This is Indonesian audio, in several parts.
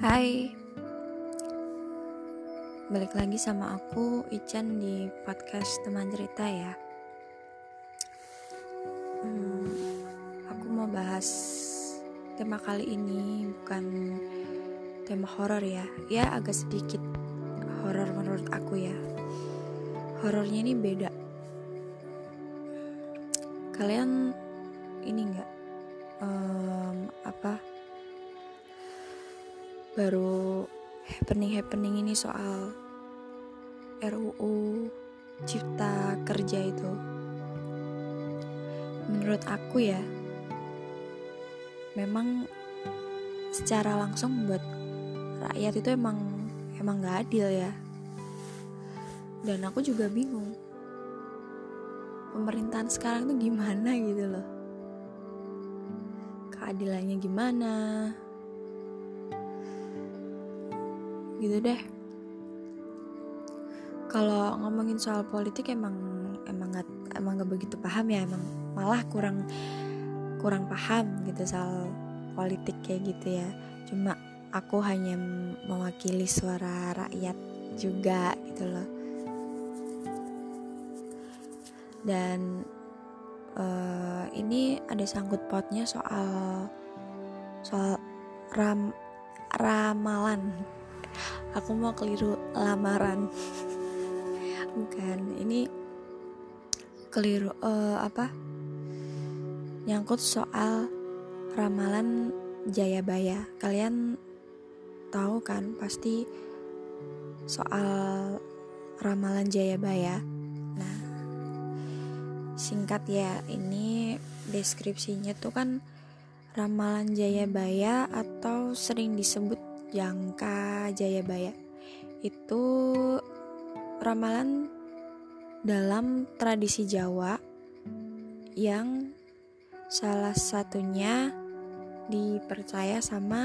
Hai, balik lagi sama aku Ican di podcast teman cerita ya. Aku mau bahas tema kali ini bukan tema horor ya. Ya agak sedikit horor menurut aku ya. Horornya ini beda. Kalian ini nggak baru happening ini soal RUU Cipta Kerja itu. Menurut aku ya, memang secara langsung buat rakyat itu emang gak adil ya. Dan aku juga bingung pemerintahan sekarang tuh gimana gitu loh, keadilannya gimana gitu deh. Kalau ngomongin soal politik emang gak begitu paham ya, emang malah kurang paham gitu soal politik kayak gitu ya. Cuma aku hanya mewakili suara rakyat juga gitu loh. Dan ini ada sangkut pautnya soal ramalan. Aku mau keliru lamaran. Bukan, ini keliru nyangkut soal ramalan Jayabaya. Kalian tahu kan pasti soal ramalan Jayabaya. Nah, singkat ya, ini deskripsinya tuh kan ramalan Jayabaya atau sering disebut jangka Jayabaya. Itu ramalan dalam tradisi Jawa yang salah satunya dipercaya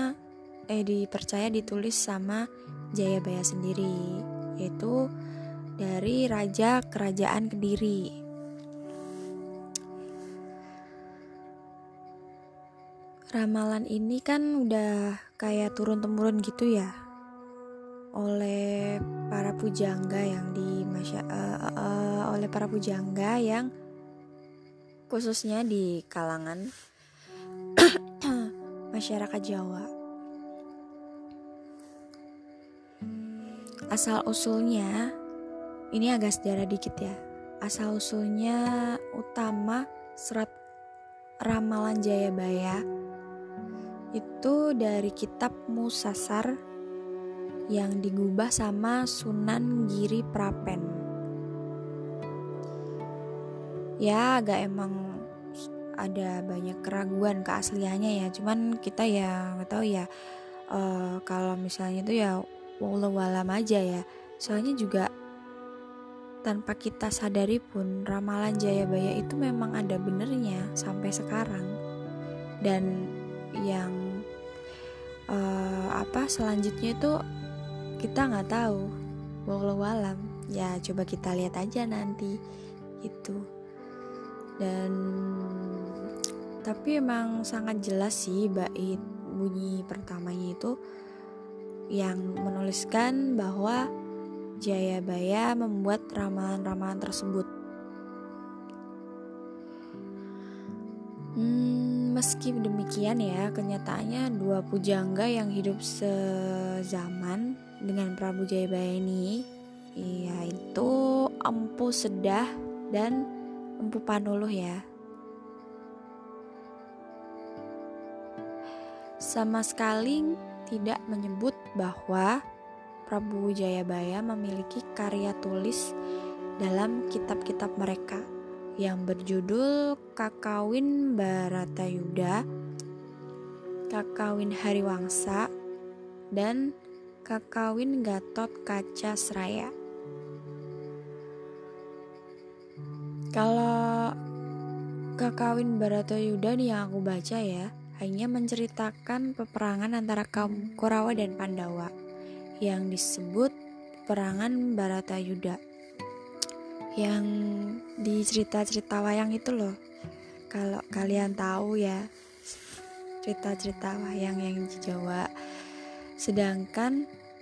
ditulis sama Jayabaya sendiri, yaitu dari Raja Kerajaan Kediri. Ramalan ini kan udah kayak turun-temurun gitu ya, oleh para pujangga yang khususnya di kalangan masyarakat Jawa. Asal usulnya ini agak sejarah dikit ya. Asal usulnya utama serat ramalan Jayabaya itu dari kitab Musasar yang digubah sama Sunan Giri Prapen. Ya agak emang ada banyak keraguan keasliannya ya, cuman kita ya nggak tahu ya, kalau misalnya itu ya wallahu alam aja ya. Soalnya juga tanpa kita sadari pun ramalan Jayabaya itu memang ada benernya sampai sekarang. Dan yang selanjutnya itu kita nggak tahu, wallahu alam ya, coba kita lihat aja nanti gitu. Dan tapi emang sangat jelas sih bait bunyi pertamanya itu yang menuliskan bahwa Jayabaya membuat ramalan-ramalan tersebut. Meski demikian ya, kenyataannya dua pujangga yang hidup sezaman dengan Prabu Jayabaya ini, yaitu Empu Sedah dan Empu Panuluh ya, sama sekali tidak menyebut bahwa Prabu Jayabaya memiliki karya tulis dalam kitab-kitab mereka yang berjudul Kakawin Baratayuda, Kakawin Hariwangsa, dan Kakawin Gatot Kaca Sraya. Kalau Kakawin Baratayuda nih yang aku baca ya, hanya menceritakan peperangan antara kaum Korawa dan Pandawa yang disebut peperangan Baratayuda, yang di cerita-cerita wayang itu loh. Kalau kalian tahu ya cerita-cerita wayang yang di Jawa Sedangkan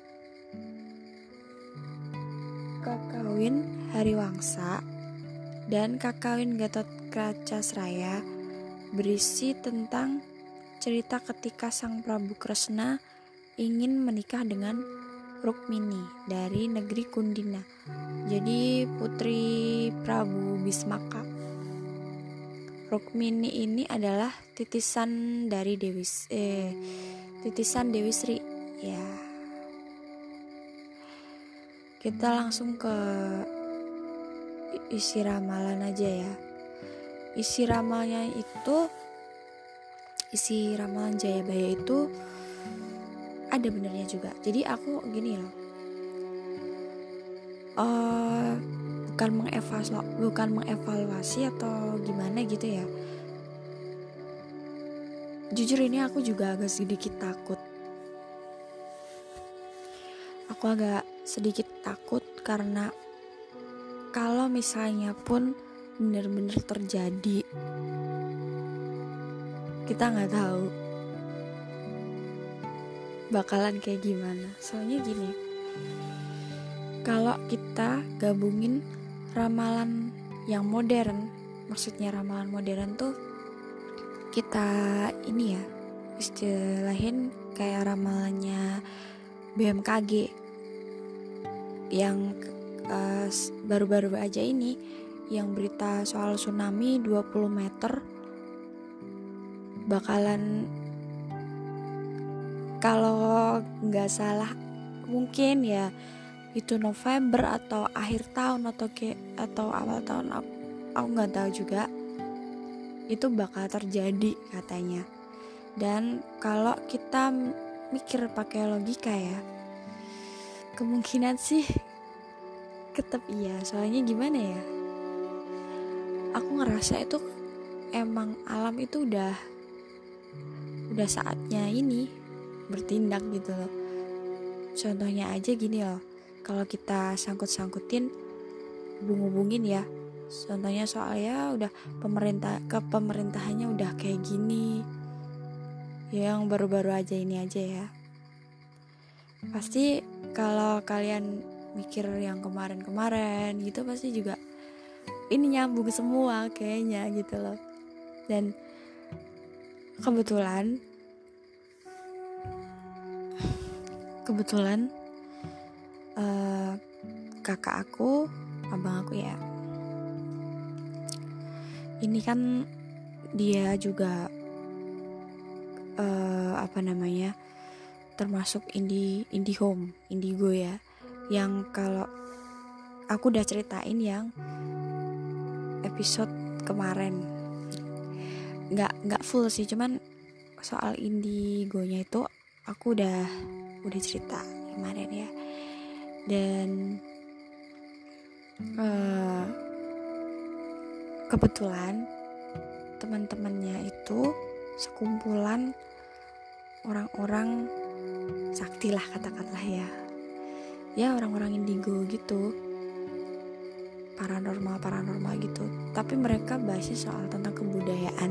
Kakawin Hariwangsa dan Kakawin Gatotkaca berisi tentang cerita ketika Sang Prabu Kresna ingin menikah dengan Rukmini dari negeri Kundina. Jadi putri Prabu Bismaka. Rukmini ini adalah titisan Dewi Sri. Ya. Kita langsung ke isi ramalan aja ya. Isi ramalan Jayabaya itu ada benernya juga. Jadi aku gini loh, bukan mengevaluasi atau gimana gitu ya. Jujur ini aku juga agak sedikit takut. Aku agak sedikit takut karena kalau misalnya pun benar-benar terjadi, kita nggak tahu bakalan kayak gimana. Soalnya gini, kalau kita gabungin ramalan yang modern, maksudnya ramalan modern tuh kita ini ya istilahin kayak ramalannya BMKG yang baru-baru aja ini, yang berita soal tsunami 20 meter bakalan, kalau nggak salah mungkin ya itu November atau akhir tahun atau awal tahun, aku nggak tahu juga, itu bakal terjadi katanya. Dan kalau kita mikir pakai logika ya, kemungkinan sih tetap iya. Soalnya gimana ya, aku ngerasa itu emang alam itu udah saatnya ini bertindak gitu loh. Contohnya aja gini loh, kalau kita sangkut-sangkutin, hubungin ya, contohnya soalnya udah pemerintahannya udah kayak gini, yang baru-baru aja ini aja ya. Pasti kalau kalian mikir yang kemarin-kemarin gitu, pasti juga ini nyambung semua kayaknya gitu loh. Dan kebetulan kakak aku, abang aku ya, ini kan dia juga termasuk indigo ya, yang kalau aku udah ceritain yang episode kemarin, nggak full sih, cuman soal indigonya itu aku udah cerita kemarin ya. Dan kebetulan teman-temannya itu sekumpulan orang-orang sakti lah, katakanlah ya orang-orang indigo gitu, paranormal gitu, tapi mereka bahasnya soal tentang kebudayaan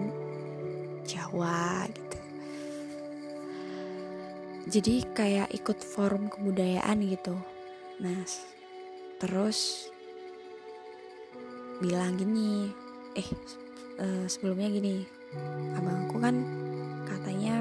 Jawa gitu. Jadi kayak ikut forum kebudayaan gitu. Nah, terus bilang gini, sebelumnya gini, abangku kan katanya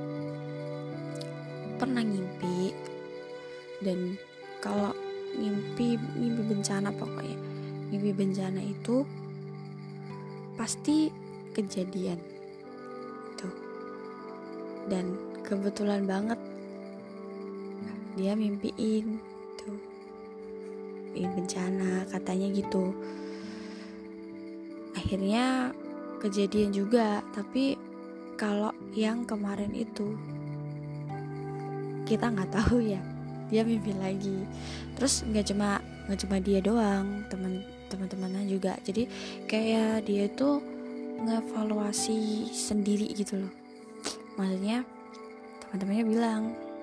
pernah ngimpi, dan kalau mimpi bencana, pokoknya mimpi bencana itu pasti kejadian tuh. Dan kebetulan banget dia mimpiin tuh, bencana katanya gitu. Akhirnya kejadian juga, tapi kalau yang kemarin itu kita nggak tahu ya, dia mimpi lagi. Terus nggak cuma dia doang, teman-temannya juga. Jadi kayak dia itu ngevaluasi sendiri gitu loh. Maksudnya teman-temannya bilang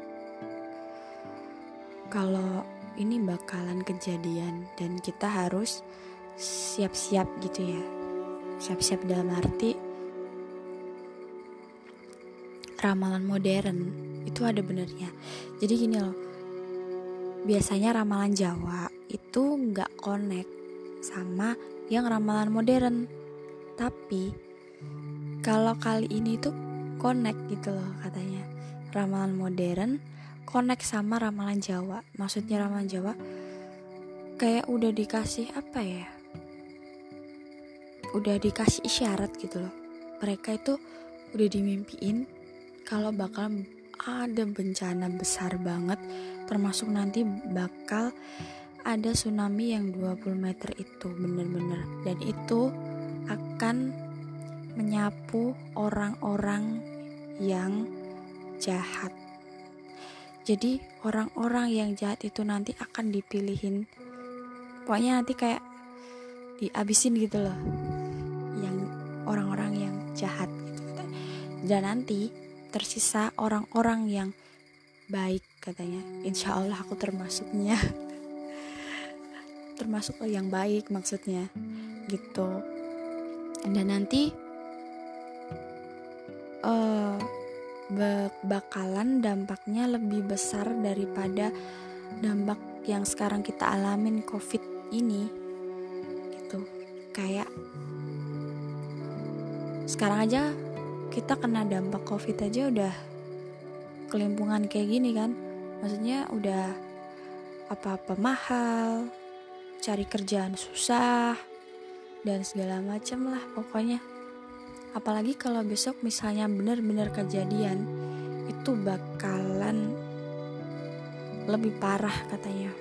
kalau ini bakalan kejadian dan kita harus siap-siap gitu ya. Siap-siap dalam arti ramalan modern itu itu ada benernya. Jadi gini loh, biasanya ramalan Jawa itu nggak connect sama yang ramalan modern. Tapi kalau kali ini tuh connect gitu loh katanya. Ramalan modern connect sama ramalan Jawa. Maksudnya ramalan Jawa kayak udah dikasih apa ya? Udah dikasih isyarat gitu loh. Mereka itu udah dimimpiin kalau bakal ada bencana besar banget, termasuk nanti bakal ada tsunami yang 20 meter itu bener-bener, dan itu akan menyapu orang-orang yang jahat. Jadi orang-orang yang jahat itu nanti akan dipilihin, pokoknya nanti kayak dihabisin gitu loh, yang orang-orang yang jahat gitu. Dan nanti tersisa orang-orang yang baik katanya. Insya Allah aku termasuknya. Termasuk yang baik maksudnya gitu. Dan nanti bakalan dampaknya lebih besar daripada dampak yang sekarang kita alamin COVID ini gitu. Kayak sekarang aja kita kena dampak COVID aja udah kelimpungan kayak gini kan. Maksudnya udah apa-apa mahal, cari kerjaan susah, dan segala macam lah pokoknya. Apalagi kalau besok misalnya benar-benar kejadian, itu bakalan lebih parah katanya.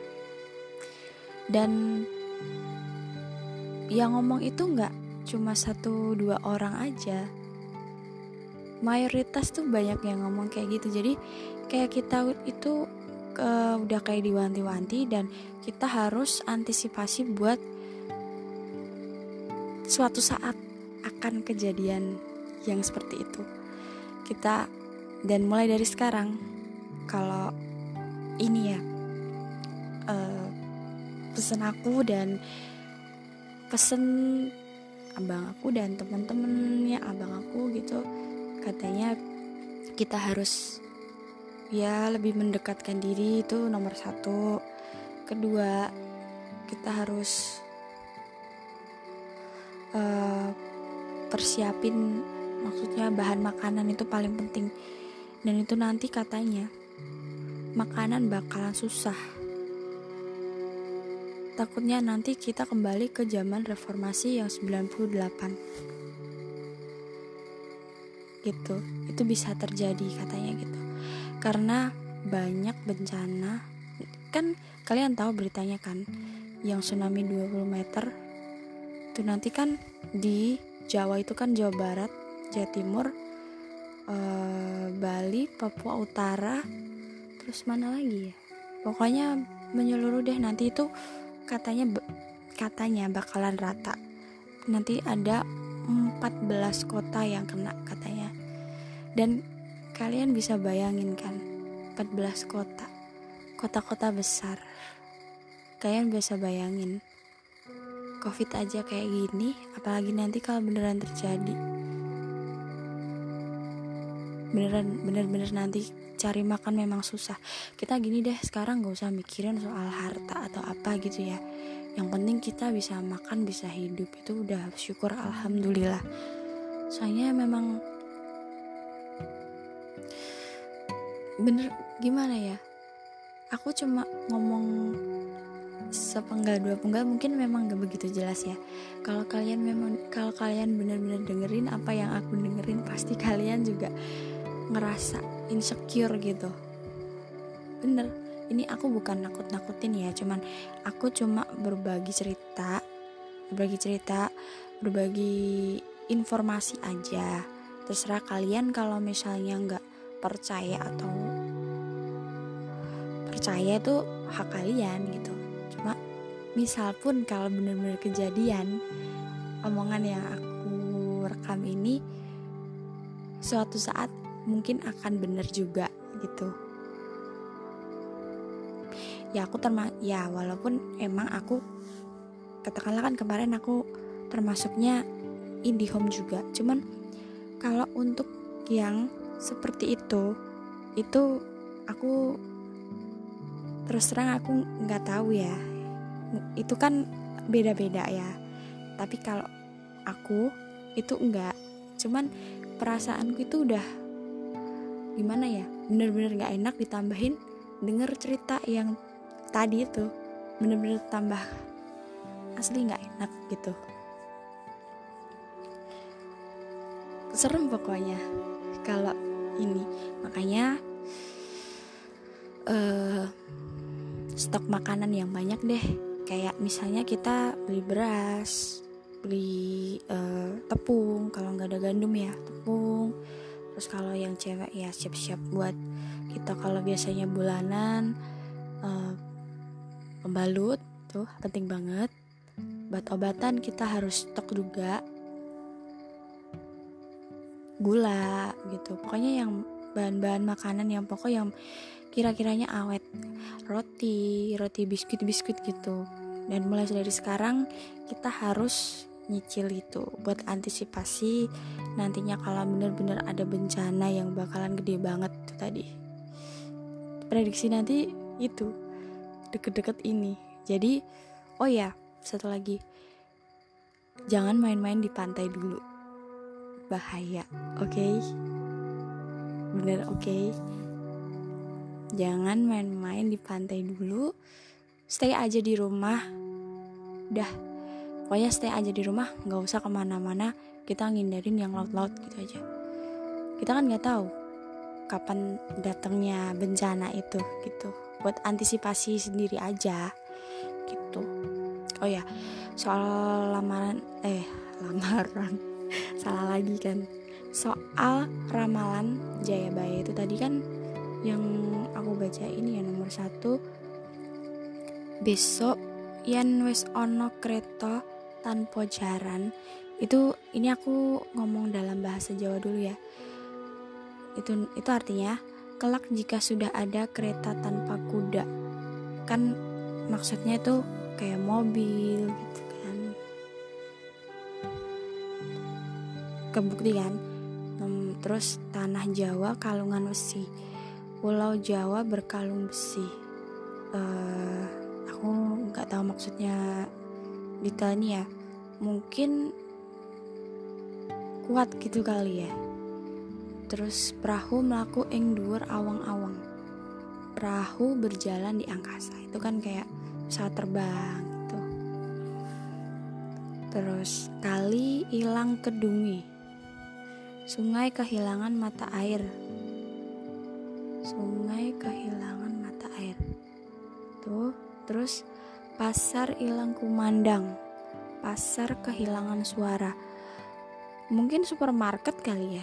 Dan yang ngomong itu gak cuma 1-2 orang aja, mayoritas tuh banyak yang ngomong kayak gitu. Jadi kayak kita itu udah kayak diwanti-wanti, dan kita harus antisipasi buat suatu saat akan kejadian yang seperti itu. Kita, dan mulai dari sekarang, kalau ini ya pesen aku dan pesen abang aku dan teman-temannya abang aku gitu, katanya kita harus ya lebih mendekatkan diri, itu nomor 1. Kedua, kita harus persiapin, maksudnya bahan makanan itu paling penting. Dan itu nanti katanya makanan bakalan susah. Takutnya nanti kita kembali ke zaman reformasi yang 98 gitu. Itu bisa terjadi katanya gitu. Karena banyak bencana. Kan kalian tahu beritanya kan, yang tsunami 20 meter itu nanti kan di Jawa itu kan Jawa Barat, Jawa Timur, Bali, Papua Utara, terus mana lagi ya? Pokoknya menyeluruh deh. Nanti itu katanya bakalan rata. Nanti ada 14 kota yang kena katanya. Dan kalian bisa bayangin kan, 14 kota, kota-kota besar. Kalian bisa bayangin COVID aja kayak gini, apalagi nanti kalau beneran terjadi. Bener-bener nanti cari makan memang susah. Kita gini deh, sekarang gak usah mikirin soal harta atau apa gitu ya. Yang penting kita bisa makan, bisa hidup, itu udah syukur, alhamdulillah. Soalnya memang bener, gimana ya, aku cuma ngomong sepenggal dua penggal, mungkin memang gak begitu jelas ya. Kalau kalian benar-benar dengerin apa yang aku dengerin, pasti kalian juga ngerasa insecure gitu. Bener, ini aku bukan nakut-nakutin ya, cuman aku cuma berbagi cerita, berbagi informasi aja. Terserah kalian kalau misalnya nggak percaya atau percaya, itu hak kalian gitu. Cuma misal pun kalau benar-benar kejadian, omongan yang aku rekam ini suatu saat mungkin akan benar juga gitu. Ya aku ya walaupun emang aku, katakanlah kan kemarin aku termasuknya IndiHome juga, cuman kalau untuk yang seperti itu itu aku terus terang aku nggak tahu ya, itu kan beda-beda ya. Tapi kalau aku itu enggak, cuman perasaanku itu udah gimana ya, bener-bener nggak enak, ditambahin denger cerita yang tadi itu bener-bener tambah asli nggak enak gitu. Serem pokoknya kalau ini. Makanya stok makanan yang banyak deh. Kayak misalnya kita beli beras, beli tepung, kalau nggak ada gandum ya tepung. Terus kalau yang cewek ya siap-siap buat kita kalau biasanya bulanan, pembalut tuh penting banget. Obat-obatan kita harus stok juga, gula gitu. Pokoknya yang bahan-bahan makanan yang pokok yang kira-kiranya awet, roti biskuit gitu. Dan mulai dari sekarang kita harus nyicil itu buat antisipasi nantinya kalau benar-benar ada bencana yang bakalan gede banget itu tadi. Prediksi nanti itu deket-deket ini. Jadi oh ya, satu lagi, jangan main-main di pantai dulu, bahaya. Oke? Bener, oke? Jangan main-main di pantai dulu, stay aja di rumah. Udah, pokoknya stay aja di rumah, gak usah kemana-mana. Kita ngindarin yang laut-laut gitu aja. Kita kan gak tahu kapan datangnya bencana itu gitu. Buat antisipasi sendiri aja gitu. Oh ya, soal lamaran salah lagi kan. Soal ramalan Jayabaya itu tadi kan yang aku baca ini ya, nomor 1, besok yen wis ono kereta tanpa jaran. Itu ini aku ngomong dalam bahasa Jawa dulu ya. Itu artinya kelak jika sudah ada kereta tanpa kuda. Kan maksudnya itu kayak mobil gitu kan. Kebukti kan. Terus tanah Jawa kalungan besi, Pulau Jawa berkalung besi. Aku nggak tahu maksudnya detailnya ya. Mungkin kuat gitu kali ya. Terus perahu melaku ing dhuwur awang-awang. Perahu berjalan di angkasa. Itu kan kayak pesawat terbang gitu. Terus kali ilang kedungi. Sungai kehilangan mata air. Sungai kehilangan mata air. Tuh, terus pasar ilang kumandang. Pasar kehilangan suara. Mungkin supermarket kali ya.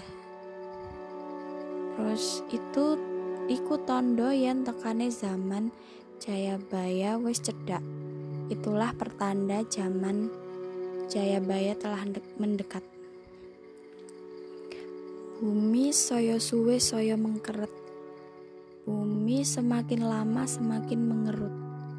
Terus iku tondo yang tekane zaman Jayabaya wis cedak. Itulah pertanda zaman Jayabaya telah mendekat. Bumi saya suwe saya mengkeret. Bumi semakin lama semakin mengerut.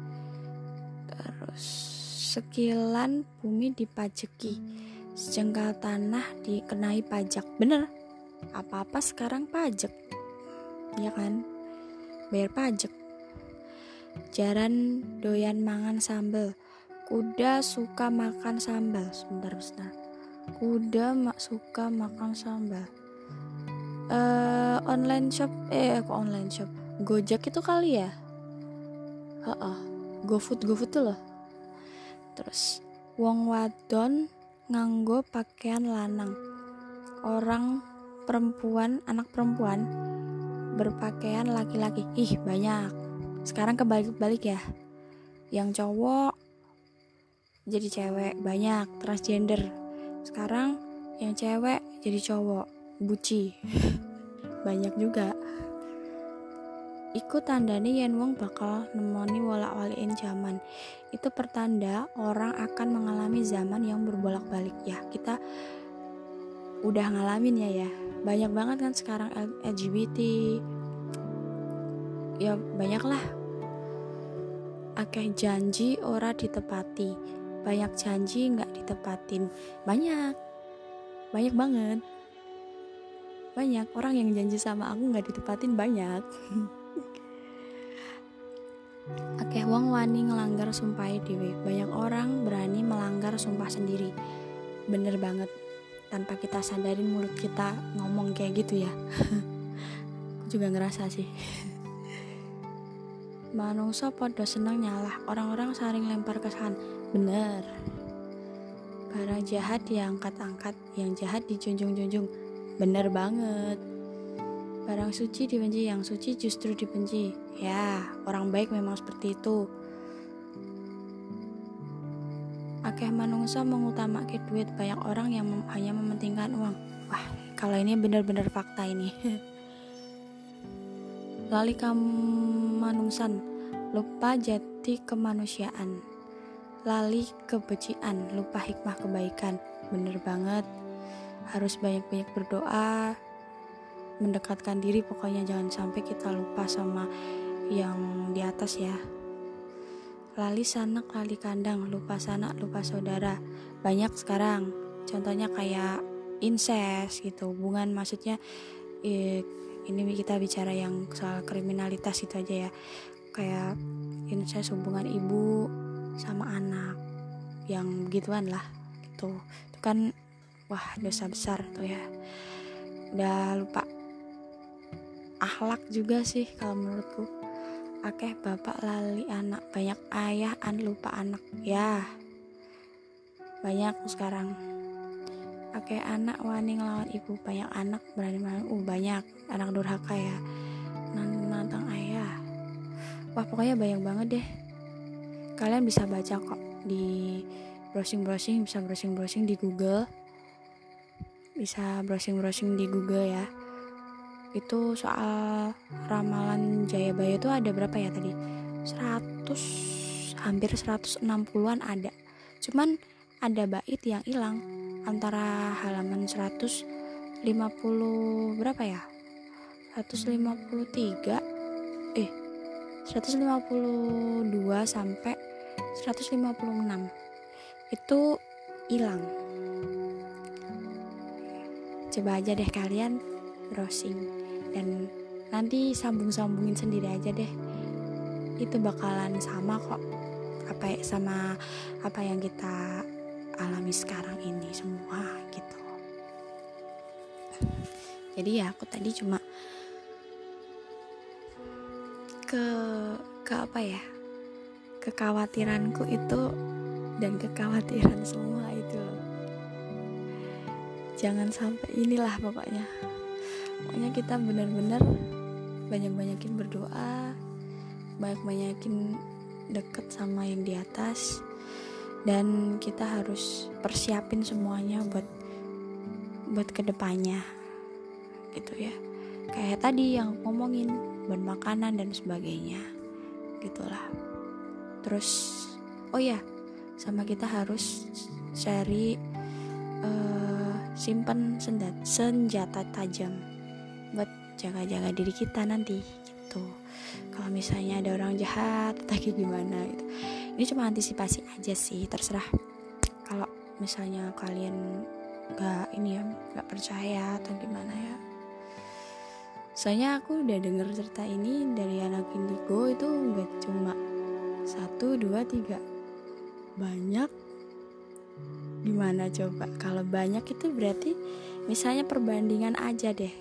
Terus sekilan bumi dipajeki, sejengkal tanah dikenai pajak. Bener, apa-apa sekarang pajak, ya kan? Bayar pajak. Jaran doyan mangan sambel, kuda suka makan sambal. Sebentar. Kuda suka makan sambal. Online shop, Gojek itu kali ya? GoFood tuh loh. Terus wong wadon nganggo pakaian lanang. Anak perempuan berpakaian laki-laki. Ih, banyak. Sekarang kebalik-balik ya. Yang cowok jadi cewek, banyak transgender. Sekarang yang cewek jadi cowok, buci. Banyak juga. Iku tandane yen wong bakal nemoni wolak-walikin zaman. Itu pertanda orang akan mengalami zaman yang berbolak-balik ya. Kita udah ngalamin ya. Banyak banget kan sekarang LGBT. Ya banyak lah. Akeh janji ora ditepati. Banyak janji gak ditepatin. Banyak banget. banyak. Orang yang janji sama aku gak ditepatin banyak. Akeh wong wani ngelanggar sumpah dhewe. Banyak orang berani melanggar sumpah sendiri. Bener banget. Tanpa kita sadarin mulut kita ngomong kayak gitu ya. Aku juga ngerasa sih. Manungsa podo seneng nyalah. Orang-orang saring lempar kesan. Bener. Barang jahat diangkat-angkat, yang jahat dijunjung-junjung. Bener banget. Barang suci dibenci, yang suci justru dibenci. Ya, orang baik memang seperti itu. Akeh manungsa mengutamakan duit, banyak orang yang hanya mementingkan uang. Wah, kalau ini benar-benar fakta ini. Lali kamanungsan, lupa jati kemanusiaan. Lali kebencian, lupa hikmah kebaikan. Bener banget. Harus banyak-banyak berdoa, mendekatkan diri, pokoknya jangan sampai kita lupa sama yang di atas ya. Lali sanak, lali kandang, lupa sanak, lupa saudara. Banyak sekarang, contohnya kayak incest gitu, hubungan, maksudnya ini kita bicara yang soal kriminalitas itu aja ya, kayak incest, hubungan ibu sama anak, yang begituan lah gitu. Itu kan wah dosa besar tuh ya. Udah lupa akhlak juga sih kalau menurutku. Akeh bapak lali anak, banyak ayah lupa anak. Ya, banyak sekarang. Akeh anak wani ngelawan ibu, banyak anak berani melawan. Banyak anak durhaka ya, nantang ayah. Wah, pokoknya banyak banget deh. Kalian bisa baca kok di browsing, bisa browsing di Google. Bisa browsing di Google ya. Itu soal ramalan Jayabaya itu ada berapa ya tadi? 100, hampir 160-an ada. Cuman ada bait yang hilang antara halaman 150 berapa ya? 152 sampai 156. Itu hilang. Coba aja deh kalian browsing dan nanti sambungin sendiri aja deh. Itu bakalan sama kok sama apa yang kita alami sekarang ini semua gitu. Jadi ya aku tadi cuma ke apa ya, kekhawatiranku itu dan kekhawatiran semua itu loh. Jangan sampai inilah pokoknya kita benar-benar banyak-banyakin berdoa, banyak-banyakin deket sama yang di atas, dan kita harus persiapin semuanya buat kedepannya gitu ya. Kayak tadi yang ngomongin bermakanan dan sebagainya gitulah. Terus sama kita harus cari simpen senjata tajam buat jaga-jaga diri kita nanti gitu. Kalau misalnya ada orang jahat atau gimana gitu. Ini cuma antisipasi aja sih, terserah. Kalau misalnya kalian nggak percaya atau gimana ya. Soalnya aku udah denger cerita ini dari anak indigo itu nggak cuma 1, 2, 3, banyak. Gimana coba? Kalau banyak itu berarti misalnya perbandingan aja deh.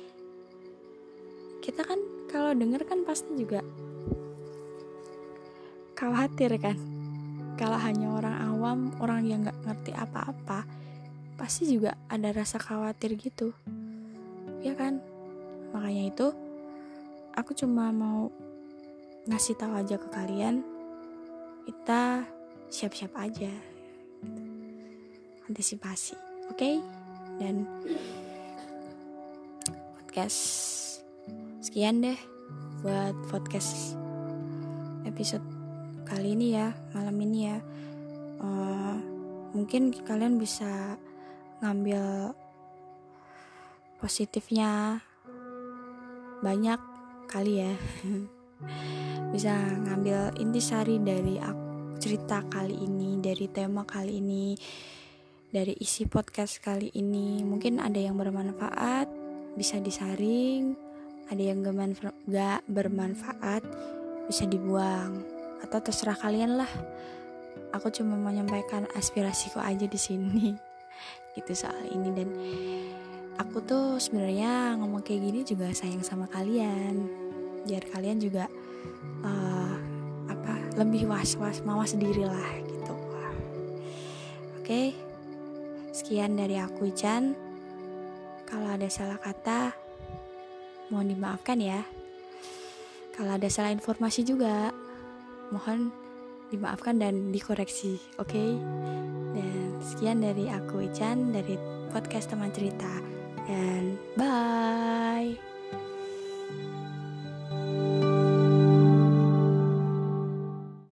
Kita kan kalau denger kan pasti juga khawatir kan. Kalau hanya orang awam, orang yang gak ngerti apa-apa, pasti juga ada rasa khawatir gitu. Ya kan? Makanya itu aku cuma mau ngasih tahu aja ke kalian, kita siap-siap aja. Antisipasi, oke? Dan podcast sekian deh buat podcast episode kali ini ya, malam ini ya. Mungkin kalian bisa ngambil positifnya banyak kali ya. Bisa ngambil intisari dari cerita kali ini, dari tema kali ini, dari isi podcast kali ini. Mungkin ada yang bermanfaat, bisa disaring, ada yang gak bermanfaat bisa dibuang, atau terserah kalian lah. Aku cuma menyampaikan aspirasiku aja di sini gitu soal ini. Dan aku tuh sebenarnya ngomong kayak gini juga sayang sama kalian, biar kalian juga lebih was-was, mawas diri lah gitu. Oke, sekian dari aku, Ican. Kalau ada salah kata, mohon dimaafkan ya. Kalau ada salah informasi juga, mohon dimaafkan dan dikoreksi, oke? Dan sekian dari aku, Ican, dari podcast Teman Cerita. Dan bye.